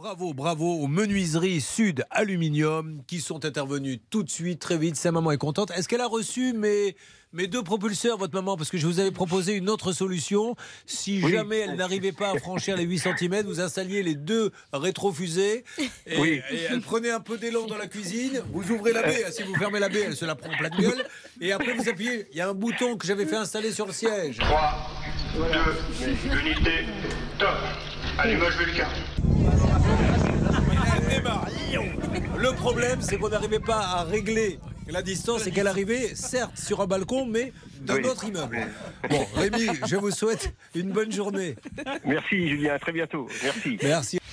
Bravo aux menuiseries Sud Aluminium qui sont intervenues tout de suite, très vite. Sa maman est contente. Est-ce qu'elle a reçu mes deux propulseurs, votre maman? Parce que je vous avais proposé une autre solution. Si jamais elle n'arrivait pas à franchir les 8 cm, vous installiez les deux rétrofusées et elle prenait un peu d'élan dans la cuisine. Vous ouvrez la baie. Si vous fermez la baie, elle se la prend en pleine gueule. Et après, vous appuyez. Il y a un bouton que j'avais fait installer sur le siège. 3, 2, unité, top. Allumage Vulcain. Elle démarre. Le problème, c'est qu'on n'arrivait pas à régler la distance et qu'elle arrivait, certes, sur un balcon, mais d'un autre immeuble. Bon, Rémi, je vous souhaite une bonne journée. Merci Julien, à très bientôt. Merci. Merci.